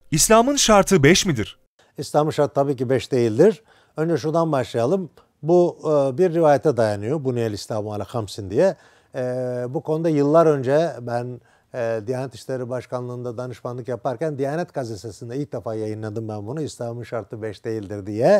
İslam'ın şartı 5 midir? İslam'ın şartı tabii ki 5 değildir. Önce şuradan başlayalım. Bu bir rivayete dayanıyor. Buniyel İslamu ala hamsin diye. Bu konuda yıllar önce ben Diyanet İşleri Başkanlığı'nda danışmanlık yaparken Diyanet Gazetesi'nde ilk defa yayınladım ben bunu. İslam'ın şartı 5 değildir diye.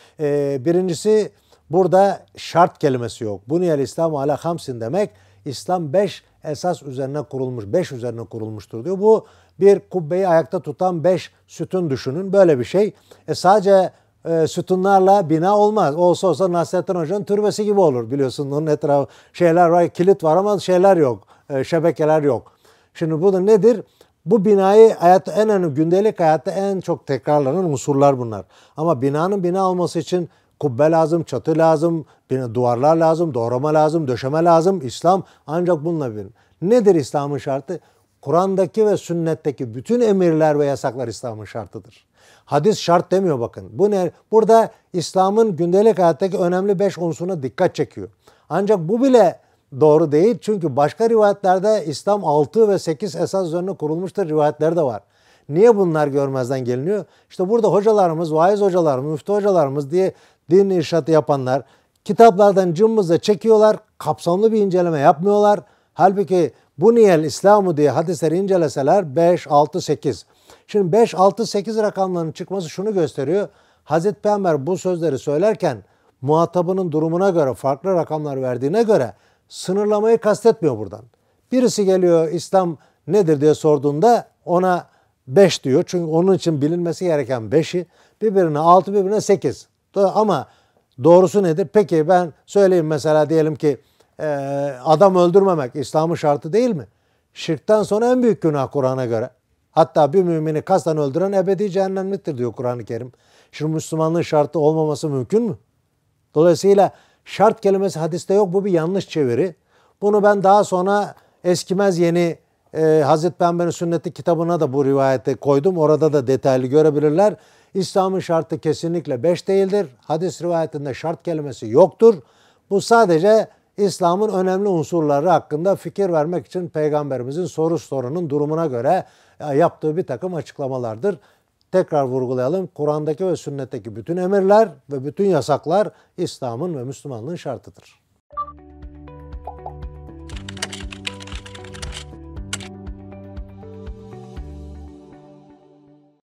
Birincisi burada şart kelimesi yok. Buniyel İslamu ala hamsin demek İslam 5 esas üzerine kurulmuş, 5 üzerine kurulmuştur diyor. Bu bir kubbeyi ayakta tutan 5 sütun düşünün. Böyle bir şey. Sadece sütunlarla bina olmaz. Olsa Nasrettin Hoca'nın türbesi gibi olur. Biliyorsun onun etrafı şeyler var, kilit var ama şeyler yok. Şebekeler yok. Şimdi bu da nedir? Bu binayı en önemli gündelik hayatta en çok tekrarlanan unsurlar bunlar. Ama binanın bina olması için kubbe lazım, çatı lazım, duvarlar lazım, doğrama lazım, döşeme lazım. İslam ancak bununla bir. Nedir İslam'ın şartı? Kur'an'daki ve sünnetteki bütün emirler ve yasaklar İslam'ın şartıdır. Hadis şart demiyor bakın. Bu ne? Burada İslam'ın gündelik hayattaki önemli 5 unsuruna dikkat çekiyor. Ancak bu bile doğru değil. Çünkü başka rivayetlerde İslam 6 ve 8 esas üzerine kurulmuştur rivayetleri de var. Niye bunlar görmezden geliniyor? İşte burada hocalarımız, vaiz hocalarımız, müftü hocalarımız diye din irşatı yapanlar kitaplardan cımbızla çekiyorlar. Kapsamlı bir inceleme yapmıyorlar. Halbuki Buniyel İslamu diye hadisleri inceleseler 5, 6, 8. Şimdi 5, 6, 8 rakamlarının çıkması şunu gösteriyor. Hazreti Peygamber bu sözleri söylerken muhatabının durumuna göre farklı rakamlar verdiğine göre sınırlamayı kastetmiyor buradan. Birisi geliyor İslam nedir diye sorduğunda ona 5 diyor. Çünkü onun için bilinmesi gereken 5'i, birbirine 6, birbirine 8. Ama doğrusu nedir? Peki ben söyleyeyim mesela diyelim ki adam öldürmemek İslam'ın şartı değil mi? Şirkten sonra en büyük günah Kur'an'a göre. Hatta bir mümini kasten öldüren ebedi cehennemliktir diyor Kur'an-ı Kerim. Şimdi Müslümanlığın şartı olmaması mümkün mü? Dolayısıyla şart kelimesi hadiste yok. Bu bir yanlış çeviri. Bunu ben daha sonra Eskimez Yeni Hazreti Peygamber'in Sünneti kitabına da bu rivayeti koydum. Orada da detaylı görebilirler. İslam'ın şartı kesinlikle 5 değildir. Hadis rivayetinde şart kelimesi yoktur. Bu sadece İslam'ın önemli unsurları hakkında fikir vermek için Peygamberimizin sorunun durumuna göre yaptığı bir takım açıklamalardır. Tekrar vurgulayalım. Kur'an'daki ve sünnetteki bütün emirler ve bütün yasaklar İslam'ın ve Müslümanlığın şartıdır.